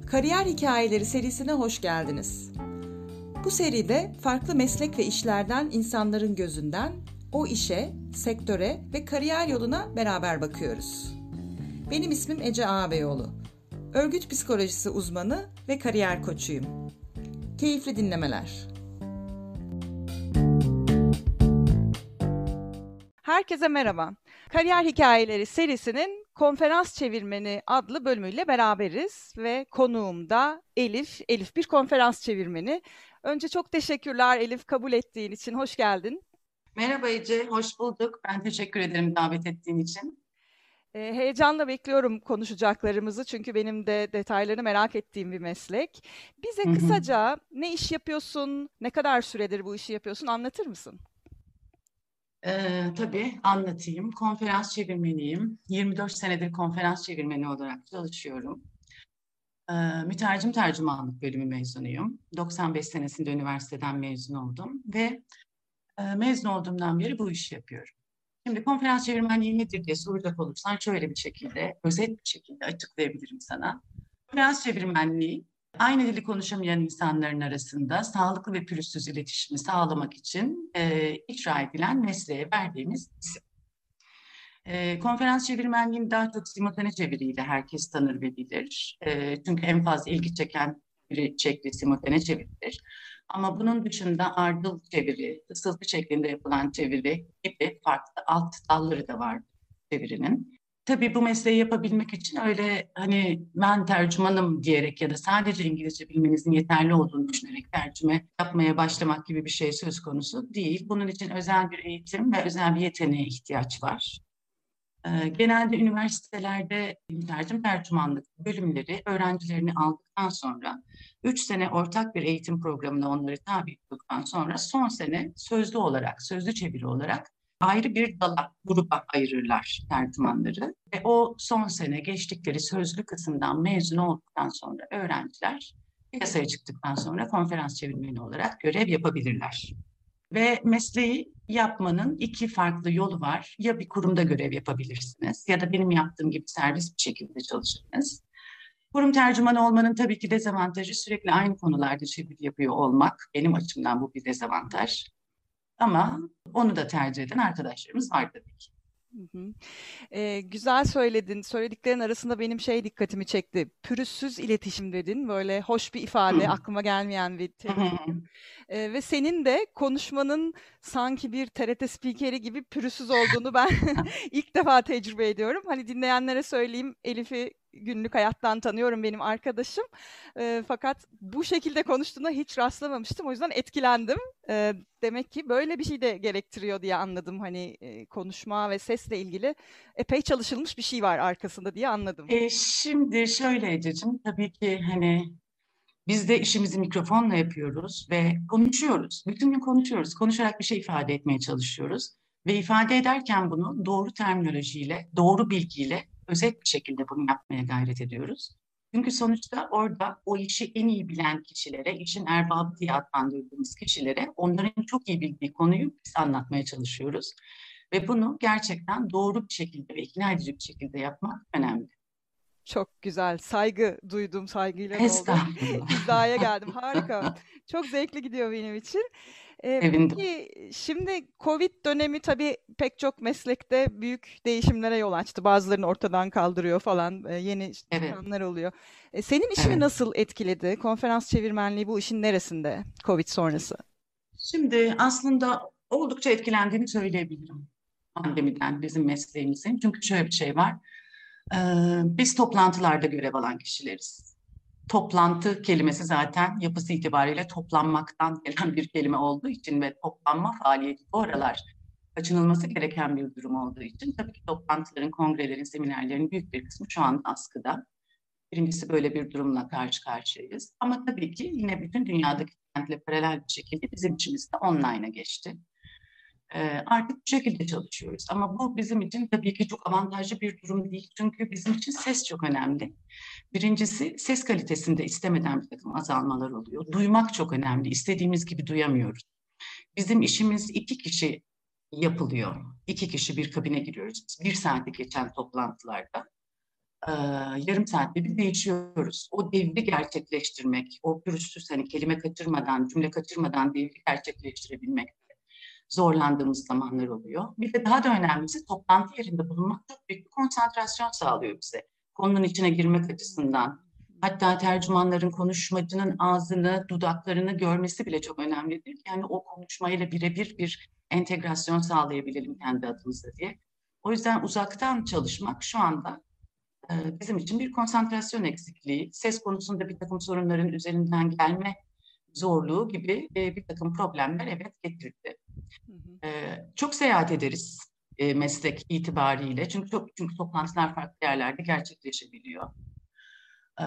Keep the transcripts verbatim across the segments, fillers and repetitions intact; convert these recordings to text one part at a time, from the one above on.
Kariyer Hikayeleri serisine hoş geldiniz. Bu seride farklı meslek ve işlerden insanların gözünden o işe, sektöre ve kariyer yoluna beraber bakıyoruz. Benim ismim Ece Ağabeyoğlu. Örgüt psikolojisi uzmanı ve kariyer koçuyum. Keyifli dinlemeler. Herkese merhaba. Kariyer Hikayeleri serisinin Konferans Çevirmeni adlı bölümüyle beraberiz ve konuğum da Elif. Elif bir konferans çevirmeni. Önce çok teşekkürler Elif, kabul ettiğin için. Hoş geldin. Merhaba Ece, hoş bulduk. Ben teşekkür ederim davet ettiğin için. E, heyecanla bekliyorum konuşacaklarımızı çünkü benim de detaylarını merak ettiğim bir meslek. Bize Hı hı. kısaca ne iş yapıyorsun, ne kadar süredir bu işi yapıyorsun anlatır mısın? Ee, tabii anlatayım. Konferans çevirmeniyim. yirmi dört senedir konferans çevirmeni olarak çalışıyorum. Ee, mütercim tercümanlık bölümü mezunuyum. doksan beş senesinde üniversiteden mezun oldum ve e, mezun olduğumdan beri bu işi yapıyorum. Şimdi konferans çevirmenliği nedir diye soracak olursan şöyle bir şekilde, özet bir şekilde açıklayabilirim sana. Konferans çevirmenliği, aynı dili konuşamayan insanların arasında sağlıklı ve pürüzsüz iletişimi sağlamak için e, icra edilen mesleğe verdiğimiz isim. E, konferans çevirmenliğini daha çok simultane çeviriyle herkes tanır ve bilir. E, çünkü en fazla ilgi çeken çeviri şekli simultane çeviridir. Ama bunun dışında ardıl çeviri, ısıltı şeklinde yapılan çeviri gibi farklı alt dalları da var çevirinin. Tabii bu mesleği yapabilmek için öyle hani ben tercümanım diyerek ya da sadece İngilizce bilmenizin yeterli olduğunu düşünerek tercüme yapmaya başlamak gibi bir şey söz konusu değil. Bunun için özel bir eğitim ve özel bir yeteneğe ihtiyaç var. Ee, genelde üniversitelerde mütercim tercümanlık bölümleri öğrencilerini aldıktan sonra üç sene ortak bir eğitim programına onları tabi tuttuktan sonra son sene sözlü olarak, sözlü çeviri olarak ayrı bir dala, gruba ayırırlar tercümanları. Ve o son sene geçtikleri sözlü kısımdan mezun olduktan sonra öğrenciler piyasaya çıktıktan sonra konferans çevirmeni olarak görev yapabilirler. Ve mesleği yapmanın iki farklı yolu var. Ya bir kurumda görev yapabilirsiniz ya da benim yaptığım gibi servis bir şekilde çalışırsınız. Kurum tercümanı olmanın tabii ki dezavantajı sürekli aynı konularda çeviri yapıyor olmak. Benim açımdan bu bir dezavantaj. Ama onu da tercih eden arkadaşlarımız var tabii ki. Hı hı. Ee, güzel söyledin. Söylediklerin arasında benim şey dikkatimi çekti. Pürüzsüz iletişim dedin. Böyle hoş bir ifade, aklıma gelmeyen bir terim. Ee, ve senin de konuşmanın sanki bir T R T spikeri gibi pürüzsüz olduğunu ben ilk defa tecrübe ediyorum. Hani dinleyenlere söyleyeyim, Elif'i günlük hayattan tanıyorum, benim arkadaşım. Ee, fakat bu şekilde konuştuğuna hiç rastlamamıştım. O yüzden etkilendim. Ee, demek ki böyle bir şey de gerektiriyor diye anladım. Hani e, konuşma ve sesle ilgili epey çalışılmış bir şey var arkasında diye anladım. E, şimdi şöyle Ececiğim, tabii ki hani biz de işimizi mikrofonla yapıyoruz ve konuşuyoruz. Bütün gün konuşuyoruz. Konuşarak bir şey ifade etmeye çalışıyoruz. Ve ifade ederken bunu doğru terminolojiyle, doğru bilgiyle, özet bir şekilde bunu yapmaya gayret ediyoruz. Çünkü sonuçta orada o işi en iyi bilen kişilere, işin erbabı diye adlandırdığımız kişilere onların çok iyi bildiği konuyu biz anlatmaya çalışıyoruz. Ve bunu gerçekten doğru bir şekilde ve ikna edici bir şekilde yapmak önemli. Çok güzel. Saygı duydum, saygıyla doldum. Estağfurullah. Hizaya geldim. Harika. Çok zevkli gidiyor benim için. Ee, Sevindim. peki şimdi Covid dönemi tabii pek çok meslekte büyük değişimlere yol açtı. Bazılarını ortadan kaldırıyor falan. Ee, yeni Evet, çıkanlar oluyor. Ee, senin işini evet. nasıl etkiledi? Konferans çevirmenliği bu işin neresinde Covid sonrası? Şimdi aslında oldukça etkilendiğini söyleyebilirim pandemiden bizim mesleğimizin. Çünkü şöyle bir şey var. Ee, biz toplantılarda görev alan kişileriz. Toplantı kelimesi zaten yapısı itibariyle toplanmaktan gelen bir kelime olduğu için ve toplanma faaliyeti bu aralar kaçınılması gereken bir durum olduğu için tabii ki toplantıların, kongrelerin, seminerlerin büyük bir kısmı şu anda askıda. Birincisi böyle bir durumla karşı karşıyayız. Ama tabii ki yine bütün dünyadaki kentle paralel bir şekilde bizim işimiz de online'a geçti. Ee, artık bu şekilde çalışıyoruz. Ama bu bizim için tabii ki çok avantajlı bir durum değil. Çünkü bizim için ses çok önemli. Birincisi ses kalitesinde istemeden bir takım azalmalar oluyor. Duymak çok önemli. İstediğimiz gibi duyamıyoruz. Bizim işimiz iki kişi yapılıyor. İki kişi bir kabine giriyoruz. Bir saati geçen toplantılarda. e, yarım saatte bir değişiyoruz. O devri gerçekleştirmek, o pürüzsüz hani kelime kaçırmadan, cümle kaçırmadan devri gerçekleştirebilmek zorlandığımız zamanlar oluyor. Bir de daha da önemlisi toplantı yerinde bulunmak çok büyük bir konsantrasyon sağlıyor bize. Konunun içine girmek açısından. Hatta tercümanların konuşmacının ağzını, dudaklarını görmesi bile çok önemlidir. Yani o konuşmayla birebir bir entegrasyon sağlayabilelim kendi adımıza diye. O yüzden uzaktan çalışmak şu anda e, bizim için bir konsantrasyon eksikliği, ses konusunda bir takım sorunların üzerinden gelme zorluğu gibi e, bir takım problemler evet getirdi. Hı hı. E, çok seyahat ederiz e, meslek itibariyle çünkü çok çünkü toplantılar farklı yerlerde gerçekleşebiliyor. E,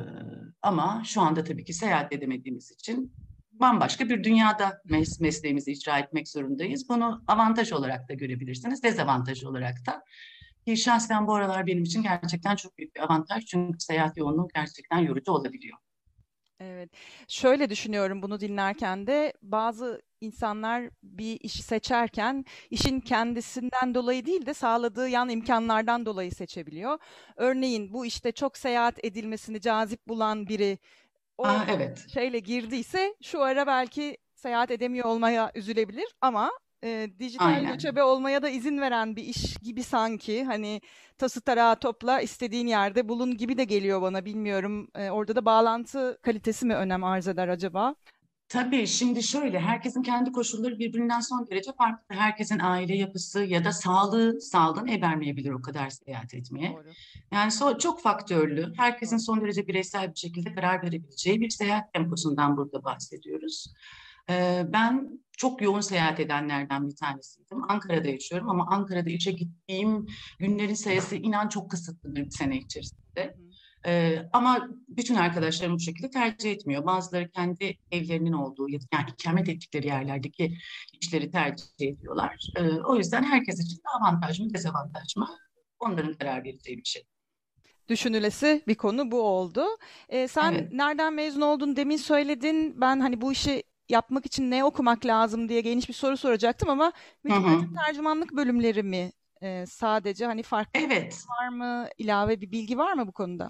ama şu anda tabii ki seyahat edemediğimiz için bambaşka bir dünyada mes mesleğimizi icra etmek zorundayız. Bunu avantaj olarak da görebilirsiniz, dezavantaj olarak da. Ki şahsen bu aralar benim için gerçekten çok büyük bir avantaj çünkü seyahat yoğunluğu gerçekten yorucu olabiliyor. Evet. Şöyle düşünüyorum bunu dinlerken de bazı insanlar bir işi seçerken işin kendisinden dolayı değil de sağladığı yan imkanlardan dolayı seçebiliyor. Örneğin bu işte çok seyahat edilmesini cazip bulan biri o Aa, evet, şeyle girdiyse şu ara belki seyahat edemiyor olmaya üzülebilir ama e, dijital aynen. göçebe olmaya da izin veren bir iş gibi sanki hani tası tarağı topla istediğin yerde bulun gibi de geliyor bana bilmiyorum. E, orada da bağlantı kalitesi mi önem arz eder acaba? Tabii şimdi şöyle herkesin kendi koşulları birbirinden son derece farklı. Herkesin aile yapısı ya da sağlığı sağlığın el vermeyebilir o kadar seyahat etmeye. Doğru, Yani so çok faktörlü. Herkesin doğru. son derece bireysel bir şekilde karar verebileceği bir seyahat temposundan burada bahsediyoruz. Ee, ben çok yoğun seyahat edenlerden bir tanesiydim. Ankara'da yaşıyorum ama Ankara'da işe gittiğim günlerin sayısı inan çok kısıtlıdır bir sene Hı içerisinde. hı. Ee, ama bütün arkadaşlarım bu şekilde tercih etmiyor. Bazıları kendi evlerinin olduğu ya da yani ikamet ettikleri yerlerdeki işleri tercih ediyorlar. Ee, o yüzden herkes için de avantaj mı dezavantaj mı onların karar vereceği bir şey. Düşünülesi bir konu bu oldu. E, sen Evet. nereden mezun oldun demin söyledin. Ben hani bu işi yapmak için ne okumak lazım diye geniş bir soru soracaktım ama Hı hı. mütercim tercümanlık bölümleri mi e, sadece hani farklı Evet. var mı ilave bir bilgi var mı bu konuda?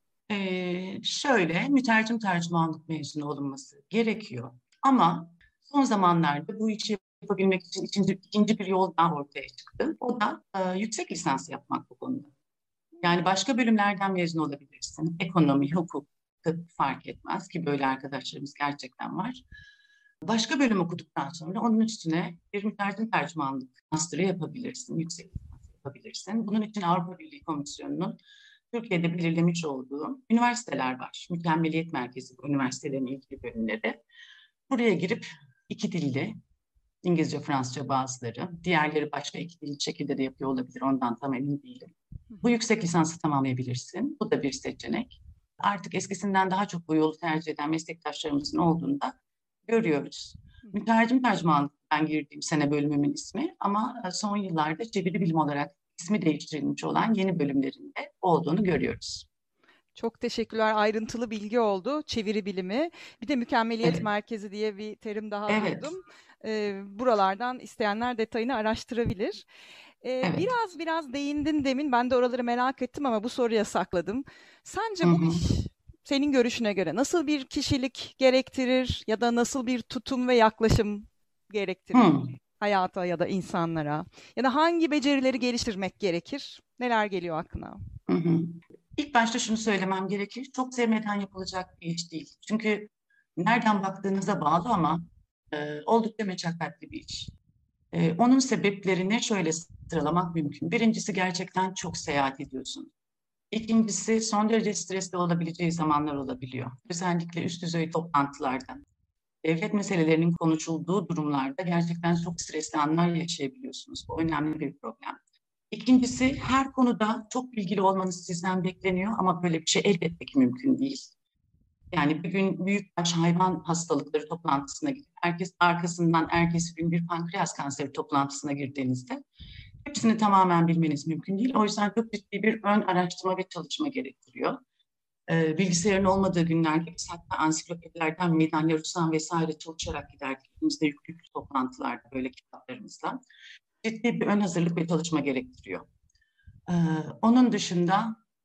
Ee, şöyle mütercim tercümanlık mezunu olunması gerekiyor. Ama son zamanlarda bu işi yapabilmek için ikinci, ikinci bir yol daha ortaya çıktı. O da e, yüksek lisans yapmak bu konuda. Yani başka bölümlerden mezun olabilirsin. Ekonomi, hukuk tıp fark etmez ki böyle arkadaşlarımız gerçekten var. Başka bölüm okuduktan sonra onun üstüne bir mütercim tercümanlık master'ı yapabilirsin, yüksek lisans yapabilirsin. Bunun için Avrupa Birliği Komisyonu'nun Türkiye'de belirlemiş olduğu üniversiteler var. Mükemmeliyet Merkezi bu üniversitelerin ilgili bölümleri. Buraya girip iki dilli, İngilizce, Fransızca bazıları, diğerleri başka iki dilli şekilde de yapıyor olabilir, ondan tam emin değilim. Hı Bu hı. yüksek lisansı tamamlayabilirsin. Bu da bir seçenek. Artık eskisinden daha çok bu yolu tercih eden meslektaşlarımızın olduğunu da görüyoruz. Hı hı. Mütercim tercümanlık ben girdiğim sene bölümümün ismi ama son yıllarda çeviri bilim olarak ismi değiştirilmiş olan yeni bölümlerinde olduğunu görüyoruz. Çok teşekkürler. Ayrıntılı bilgi oldu. Çeviri bilimi. Bir de mükemmeliyet Evet, merkezi diye bir terim daha evet, duydum. Ee, buralardan isteyenler detayını araştırabilir. Ee, evet. biraz biraz değindin demin. Ben de oraları merak ettim ama bu soruya sakladım. Hı Sence bu hı. iş senin görüşüne göre nasıl bir kişilik gerektirir ya da nasıl bir tutum ve yaklaşım gerektirir Hı, hayata ya da insanlara? Ya da hangi becerileri geliştirmek gerekir? Neler geliyor aklına? hı hı. İlk başta şunu söylemem gerekir. Çok sevmeden yapılacak bir iş değil. Çünkü nereden baktığınıza bağlı ama e, oldukça meşakkatli bir iş. E, onun sebeplerini şöyle sıralamak mümkün. Birincisi gerçekten çok seyahat ediyorsun. İkincisi son derece stresli olabileceği zamanlar olabiliyor. Özellikle üst düzey toplantılarda. Devlet meselelerinin konuşulduğu durumlarda gerçekten çok stresli anlar yaşayabiliyorsunuz. Bu önemli bir problem. İkincisi her konuda çok bilgili olmanız sizden bekleniyor ama böyle bir şey elbette ki mümkün değil. Yani bir gün büyükbaş hayvan hastalıkları toplantısına gidip herkes arkasından ertesi gün bir pankreas kanseri toplantısına girdiğinizde hepsini tamamen bilmeniz mümkün değil. O yüzden çok ciddi bir ön araştırma ve çalışma gerektiriyor. Ee, bilgisayarın olmadığı günlerde biz hatta ansiklopedilerden Meydan Yarustan vesaire çalışarak giderdik. Elimizde yüklü yüklü toplantılarda böyle kitaplarımızla. Ciddi bir ön hazırlık ve çalışma gerektiriyor. Ee, onun dışında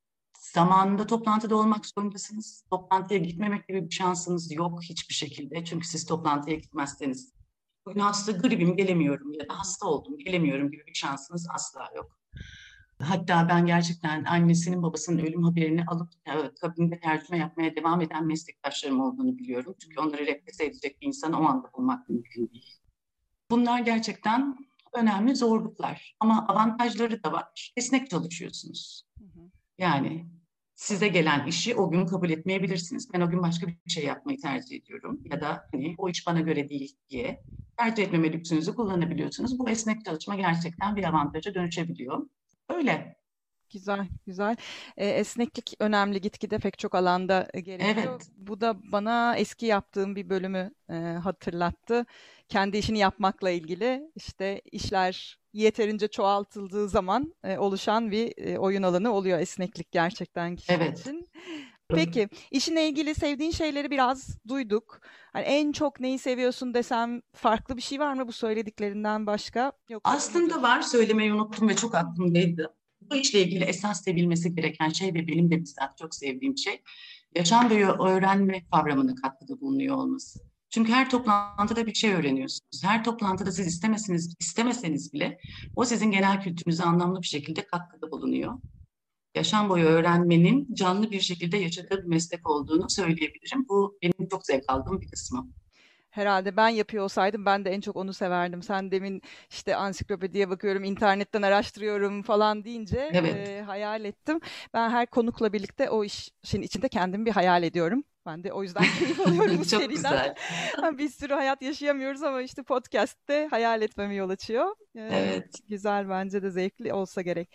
Zamanında toplantıda olmak zorundasınız. Toplantıya gitmemek gibi bir şansınız yok hiçbir şekilde. Çünkü siz toplantıya gitmezseniz bugün hasta gribim gelemiyorum ya da hasta oldum gelemiyorum gibi bir şansınız asla yok. Hatta ben gerçekten annesinin babasının ölüm haberini alıp e, kabinde tercüme yapmaya devam eden meslektaşlarım olduğunu biliyorum. Çünkü onları replese edecek bir insanı o anda bulmak mümkün değil. Bunlar gerçekten önemli zorluklar. Ama avantajları da var. Esnek çalışıyorsunuz. Yani size gelen işi o gün kabul etmeyebilirsiniz. Ben o gün başka bir şey yapmayı tercih ediyorum. Ya da hani o iş bana göre değil diye tercih etmeme lüksünüzü kullanabiliyorsunuz. Bu esnek çalışma gerçekten bir avantaja dönüşebiliyor. Öyle. Güzel, güzel. Eee, esneklik önemli, gitgide pek çok alanda e, gerekiyor. Evet, Bu da bana eski yaptığım bir bölümü e, hatırlattı. Kendi işini yapmakla ilgili işte işler yeterince çoğaltıldığı zaman e, oluşan bir e, oyun alanı oluyor esneklik gerçekten kişi evet. için. Peki, işinle ilgili sevdiğin şeyleri biraz duyduk. Hani en çok neyi seviyorsun desem farklı bir şey var mı bu söylediklerinden başka? Yoksa bu Aslında mudur? var, söylemeyi unuttum ve çok aklımdaydı. Bu işle ilgili esas sevilmesi gereken şey ve benim de bizzat çok sevdiğim şey yaşam boyu öğrenme kavramının katkıda bulunuyor olması. Çünkü her toplantıda bir şey öğreniyorsunuz. Her toplantıda siz istemeseniz, istemeseniz bile o sizin genel kültürünüze anlamlı bir şekilde katkıda bulunuyor. Yaşam boyu öğrenmenin canlı bir şekilde yaşadığı bir meslek olduğunu söyleyebilirim. Bu benim çok zevk aldığım bir kısmı. Herhalde ben yapıyor olsaydım ben de en çok onu severdim. Sen demin işte ansiklopediye bakıyorum, internetten araştırıyorum falan deyince Evet, e, hayal ettim. Ben her konukla birlikte o işin içinde kendimi bir hayal ediyorum. Ben de o yüzden keyif alıyorum bu çok seriden. güzel. Bir sürü hayat yaşayamıyoruz ama işte podcast'te hayal etmeme yol açıyor. E, Evet. güzel, bence de zevkli olsa gerek.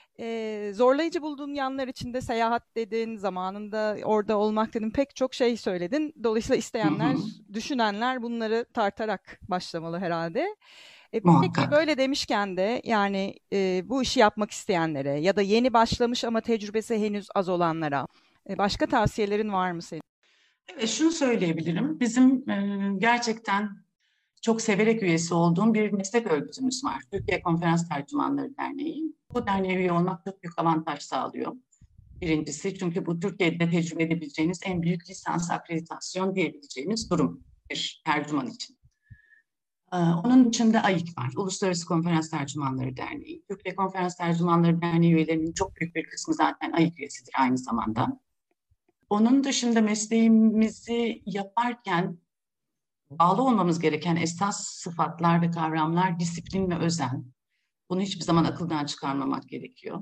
E, zorlayıcı bulduğun yanlar içinde seyahat dedin, zamanında orada olmak dedin, pek çok şey söyledin. Dolayısıyla Hı isteyenler, hı. düşünenler bunları tartarak başlamalı herhalde. E, peki Muhakkak. böyle demişken de yani e, bu işi yapmak isteyenlere ya da yeni başlamış ama tecrübesi henüz az olanlara e, başka tavsiyelerin var mı senin? Evet, şunu söyleyebilirim. Bizim e, gerçekten çok severek üyesi olduğum bir meslek örgütümüz var. Türkiye Konferans Tercümanları Derneği. Bu derneğe üye olmak çok büyük avantaj sağlıyor. Birincisi çünkü bu Türkiye'de tecrübe edebileceğiniz en büyük lisans akreditasyon diyebileceğiniz durum bir tercüman için. Ee, Onun dışında A İ K var, Uluslararası Konferans Tercümanları Derneği. Türkiye Konferans Tercümanları Derneği üyelerinin çok büyük bir kısmı zaten A İ K üyesidir aynı zamanda. Onun dışında mesleğimizi yaparken bağlı olmamız gereken esas sıfatlar ve kavramlar disiplin ve özen. Bunu hiçbir zaman akıldan çıkarmamak gerekiyor.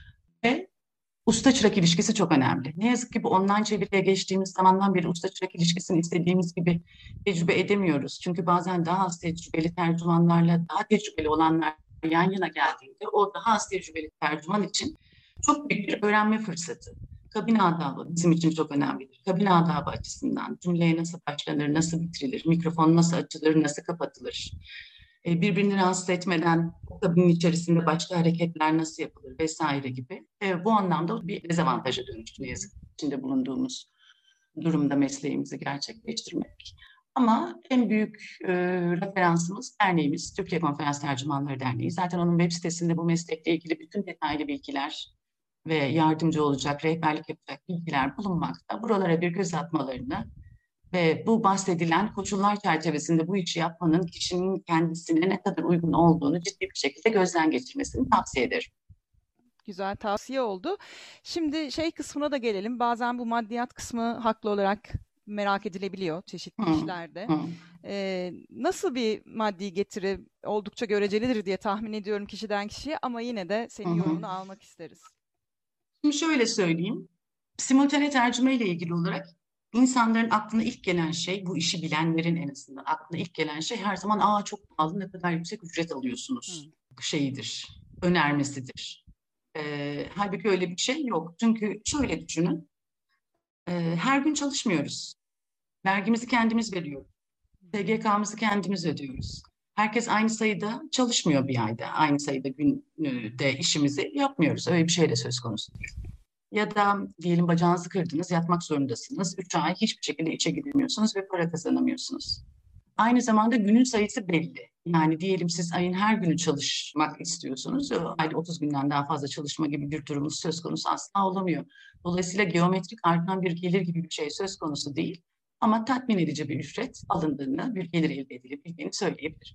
Ve usta çırak ilişkisi çok önemli. Ne yazık ki bu online çeviriye geçtiğimiz zamandan beri usta çırak ilişkisini istediğimiz gibi tecrübe edemiyoruz. Çünkü bazen daha az tecrübeli tercümanlarla daha tecrübeli olanlar yan yana geldiğinde o daha az tecrübeli tercüman için çok büyük bir öğrenme fırsatı. Kabin adabı bizim için çok önemlidir. Kabin adabı açısından cümleye nasıl başlanır, nasıl bitirilir, mikrofon nasıl açılır, nasıl kapatılır, e, birbirini rahatsız etmeden o kabinin içerisinde başka hareketler nasıl yapılır vesaire gibi. E, bu anlamda bir dezavantaja dönüştü ne yazık ki içinde bulunduğumuz durumda mesleğimizi gerçekleştirmek. Ama en büyük e, referansımız derneğimiz, Türkiye Konferans Tercümanları Derneği. Zaten onun web sitesinde bu meslekle ilgili bütün detaylı bilgiler ve yardımcı olacak, rehberlik yapacak bilgiler bulunmakta. Buralara bir göz atmalarını ve bu bahsedilen koşullar çerçevesinde bu işi yapmanın kişinin kendisine ne kadar uygun olduğunu ciddi bir şekilde gözden geçirmesini tavsiye ederim. Güzel tavsiye oldu. Şimdi şey kısmına da gelelim. Bazen bu maddiyat kısmı haklı olarak merak edilebiliyor çeşitli Hı, işlerde. hı, Ee, nasıl bir maddi getiri oldukça görecelidir diye tahmin ediyorum kişiden kişiye ama yine de hı, senin hı. yorumunu almak isteriz. Şimdi şöyle söyleyeyim. Simultane tercüme ile ilgili olarak insanların aklına ilk gelen şey, bu işi bilenlerin en azından aklına ilk gelen şey her zaman aa çok pahalı ne kadar yüksek ücret alıyorsunuz Hı. şeyidir, önermesidir. Ee, halbuki öyle bir şey yok. Çünkü şöyle düşünün, e, her gün çalışmıyoruz. Vergimizi kendimiz veriyoruz. S G K'mızı kendimiz ödüyoruz. Herkes aynı sayıda çalışmıyor bir ayda. Aynı sayıda günde işimizi yapmıyoruz. Öyle bir şey de söz konusu değil. Ya da diyelim bacağınızı kırdınız, yatmak zorundasınız. Üç ay hiçbir şekilde işe gidemiyorsunuz ve para kazanamıyorsunuz. Aynı zamanda günün sayısı belli. Yani diyelim siz ayın her günü çalışmak istiyorsunuz. Ayda otuz günden daha fazla çalışma gibi bir durumunuz söz konusu asla olamıyor. Dolayısıyla geometrik artan bir gelir gibi bir şey söz konusu değil. Ama tatmin edici bir ücret alındığını, bir gelir elde edilebildiğini söyleyebilirim.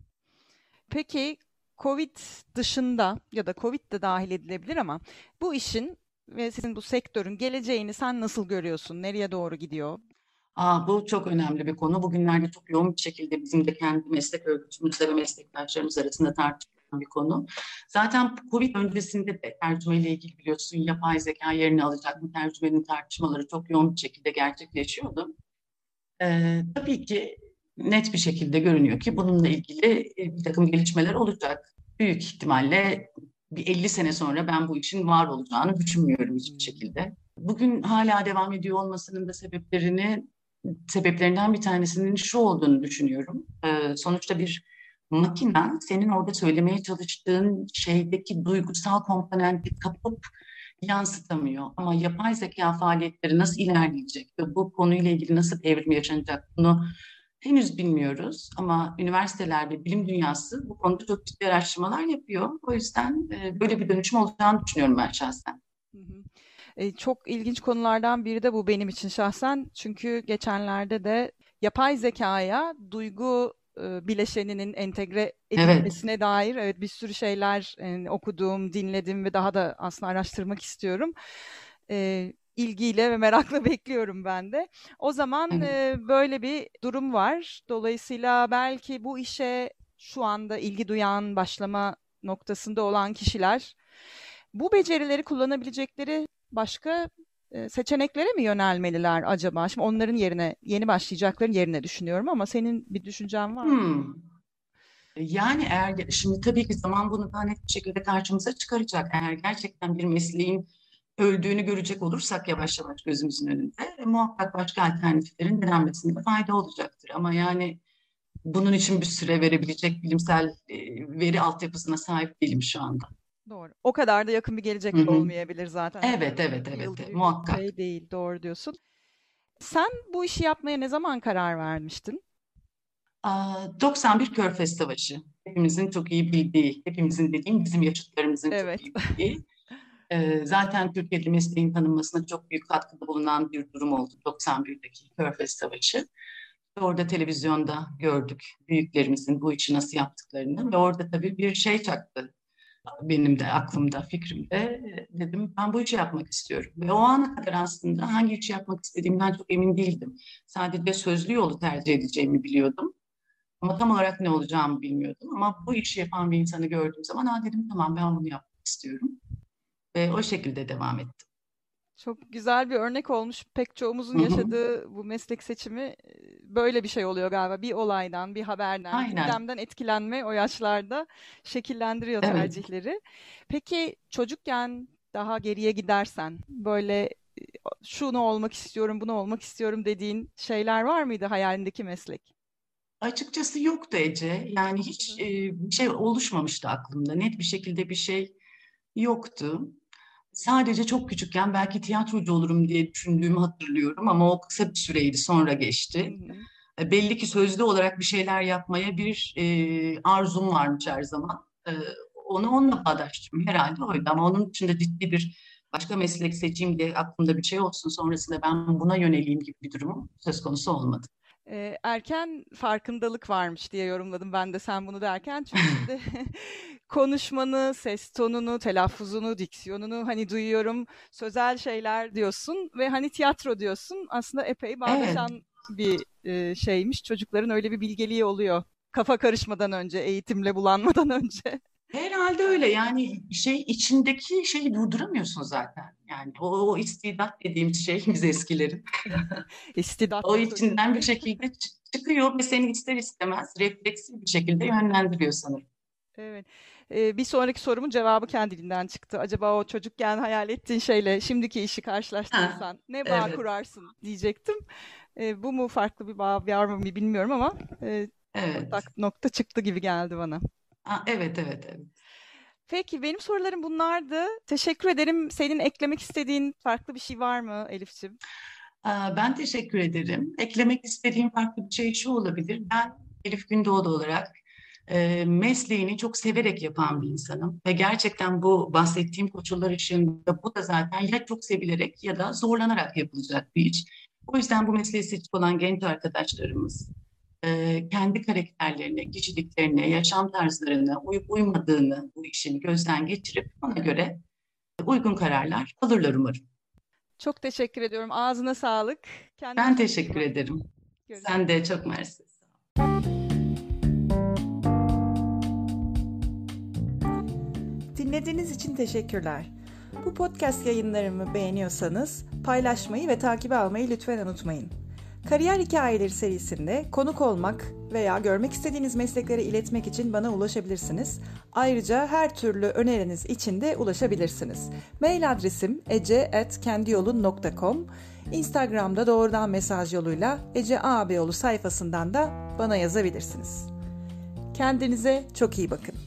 Peki Covid dışında ya da Covid de dahil edilebilir ama bu işin ve sizin bu sektörün geleceğini sen nasıl görüyorsun? Nereye doğru gidiyor? Aa, bu çok önemli bir konu. Bugünlerde çok yoğun bir şekilde bizim de kendi meslek örgütümüzde ve meslektaşlarımız arasında tartışılan bir konu. Zaten Covid öncesinde de tercümeyle ilgili biliyorsun yapay zeka yerini alacak mı tercümenin tartışmaları çok yoğun bir şekilde gerçekleşiyordu. Ee, tabii ki net bir şekilde görünüyor ki bununla ilgili e, bir takım gelişmeler olacak. Büyük ihtimalle bir elli sene sonra ben bu işin var olacağını düşünmüyorum hiçbir Hmm. şekilde. Bugün hala devam ediyor olmasının da sebeplerini sebeplerinden bir tanesinin şu olduğunu düşünüyorum. Ee, sonuçta bir makine senin orada söylemeye çalıştığın şeydeki duygusal komponenti kapıp yansıtamıyor. Ama yapay zeka faaliyetleri nasıl ilerleyecek ve bu konuyla ilgili nasıl bir evrim yaşanacak bunu henüz bilmiyoruz. Ama üniversiteler ve bilim dünyası bu konuda çok ciddi araştırmalar yapıyor. O yüzden e, böyle bir dönüşüm olacağını düşünüyorum ben şahsen. Hı hı. E, çok ilginç konulardan biri de bu benim için şahsen. Çünkü geçenlerde de yapay zekaya duygu e, bileşeninin entegre Evet. edilmesine dair evet bir sürü şeyler e, okudum, dinledim ve daha da aslında araştırmak istiyorum. E, ilgiyle ve merakla bekliyorum ben de. O zaman Evet. e, böyle bir durum var. Dolayısıyla belki bu işe şu anda ilgi duyan, başlama noktasında olan kişiler bu becerileri kullanabilecekleri başka e, seçeneklere mi yönelmeliler acaba? Şimdi onların yerine, yeni başlayacakların yerine düşünüyorum ama senin bir düşüncen var mı? Hmm. Yani eğer şimdi tabii ki zaman bunu daha net bir şekilde karşımıza çıkaracak. Eğer gerçekten bir mesleğin öldüğünü görecek olursak yavaş yavaş gözümüzün önünde e, muhakkak başka alternatiflerin denenmesinde fayda olacaktır. Ama yani bunun için bir süre verebilecek bilimsel e, veri altyapısına sahip değilim şu anda. Doğru. O kadar da yakın bir Hı gelecek de hı. olmayabilir zaten. Hani Evet, evet, bir yıl evet, e, gibi bir muhakkak. şey değil. Doğru diyorsun. Sen bu işi yapmaya ne zaman karar vermiştin? Aa, doksan bir Körfez Savaşı. Hepimizin çok iyi bildiği, hepimizin dediğim bizim yaşıtlarımızın çok Evet. iyi bildiği. Ee, zaten Türkiye'de mesleğin tanınmasına çok büyük katkıda bulunan bir durum oldu doksan birdeki Körfez Savaşı. Orada televizyonda gördük büyüklerimizin bu işi nasıl yaptıklarını ve orada tabii bir şey çaktı benim de aklımda, fikrimde. Dedim ben bu işi yapmak istiyorum. Ve o ana kadar aslında hangi işi yapmak istediğimden çok emin değildim. Sadece sözlü yolu tercih edeceğimi biliyordum. Ama tam olarak ne olacağımı bilmiyordum. Ama bu işi yapan bir insanı gördüğüm zaman ha dedim tamam ben bunu yapmak istiyorum. Ve o şekilde devam ettim. Çok güzel bir örnek olmuş. Pek çoğumuzun Hı hı. yaşadığı bu meslek seçimi e, böyle bir şey oluyor galiba. Bir olaydan, bir haberden, Aynen. gündemden etkilenme o yaşlarda şekillendiriyor Evet. tercihleri. Peki çocukken daha geriye gidersen böyle e, şunu olmak istiyorum, bunu olmak istiyorum dediğin şeyler var mıydı hayalindeki meslek? Açıkçası yoktu Ece. Yani Hı hiç hı. e, bir şey oluşmamıştı aklımda. Net bir şekilde bir şey yoktu. Sadece çok küçükken belki tiyatrocu olurum diye düşündüğümü hatırlıyorum ama o kısa bir süreydi, sonra Hı geçti. hı. E, belli ki sözlü olarak bir şeyler yapmaya bir e, arzum varmış her zaman. E, onu onunla bağdaştırdım herhalde oydu ama onun dışında ciddi bir başka meslek seçeyim diye aklımda bir şey olsun sonrasında ben buna yöneleyim gibi bir durumum söz konusu olmadı. Eee, erken farkındalık varmış diye yorumladım ben de sen bunu derken. Çünkü şimdi konuşmanı, ses tonunu, telaffuzunu, diksiyonunu hani duyuyorum. Sözel şeyler diyorsun ve hani tiyatro diyorsun. Aslında epey Evet. bağdaşan bir eee, şeymiş. Çocukların öyle bir bilgeliği oluyor. Kafa karışmadan önce, eğitimle bulanmadan önce. Herhalde öyle yani şey içindeki şeyi durduramıyorsun zaten. Yani o, o istidat dediğimiz şey biz eskilerin. İstidat O da çok iyi. içinden bir şekilde çı- çıkıyor ve seni ister istemez refleksif bir şekilde yönlendiriyor sanırım. Evet. Eee, bir sonraki sorumun cevabı kendiliğinden çıktı. Acaba o çocukken hayal ettiğin şeyle şimdiki işi Ha, karşılaştırırsan ne bağ evet, kurarsın diyecektim. Eee, bu mu farklı bir bağ var mı bilmiyorum ama eee, evet. ortak nokta çıktı gibi geldi bana. Ha, evet, evet, evet. Peki benim sorularım bunlardı. Teşekkür ederim. Senin eklemek istediğin farklı bir şey var mı Elifçim? Aa, ben teşekkür ederim. Eklemek istediğim farklı bir şey şu olabilir. Ben Elif Gündoğdu olarak e, mesleğini çok severek yapan bir insanım. Ve gerçekten bu bahsettiğim koşullar ışığında bu da zaten ya çok sevilerek ya da zorlanarak yapılacak bir iş. O yüzden bu mesleği seçip olan genç arkadaşlarımız e, kendi karakterlerine, kişiliklerine, yaşam tarzlarına uyup uymadığını bu işin gözden geçirip ona göre uygun kararlar alırlar umarım. Çok teşekkür ediyorum. Ağzına sağlık. Kendine Ben çok iyi teşekkür bak. ederim. Görüşürüz. Sen de çok mersi. Dinlediğiniz için teşekkürler. Bu podcast yayınlarımı beğeniyorsanız paylaşmayı ve takibe almayı lütfen unutmayın. Kariyer Hikayeleri serisinde konuk olmak veya görmek istediğiniz mesleklere iletmek için bana ulaşabilirsiniz. Ayrıca her türlü öneriniz için de ulaşabilirsiniz. Mail adresim ece at kendiyolun nokta com. Instagram'da doğrudan mesaj yoluyla Ece Ağabeyoğlu sayfasından da bana yazabilirsiniz. Kendinize çok iyi bakın.